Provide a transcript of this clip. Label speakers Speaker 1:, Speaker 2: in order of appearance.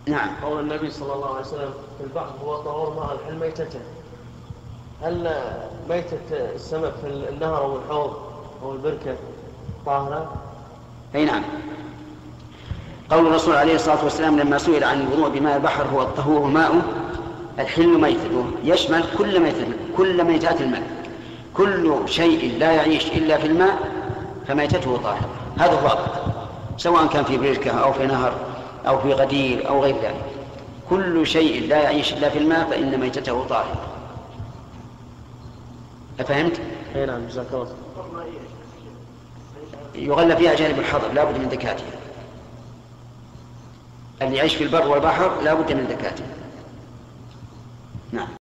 Speaker 1: نعم.
Speaker 2: قول النبي صلى الله عليه وسلم في البحر هو طهور ماء الحل ميتته، هل ميتة السمك في النهر أو الحوض أو البركة طاهرة؟
Speaker 1: أي نعم. قول الرسول عليه الصلاة والسلام لما سئل عن الوضوء بماء البحر هو الطهور ماؤه الحل ميتته، يشمل كل ميتات الماء، كل شيء لا يعيش إلا في الماء فميتته طاهرة. هذا الضابط، سواء كان في بركة أو في نهر أو في غدير أو غير ذلك، كل شيء لا يعيش إلا في الماء فإن ميتته طاهرة. أفهمت؟
Speaker 2: أي نعم، جزاك الله.
Speaker 1: يغلى فيها جانب الحضر لا بد من زكاته، اللي يعيش في البر والبحر لا بد من زكاته. نعم.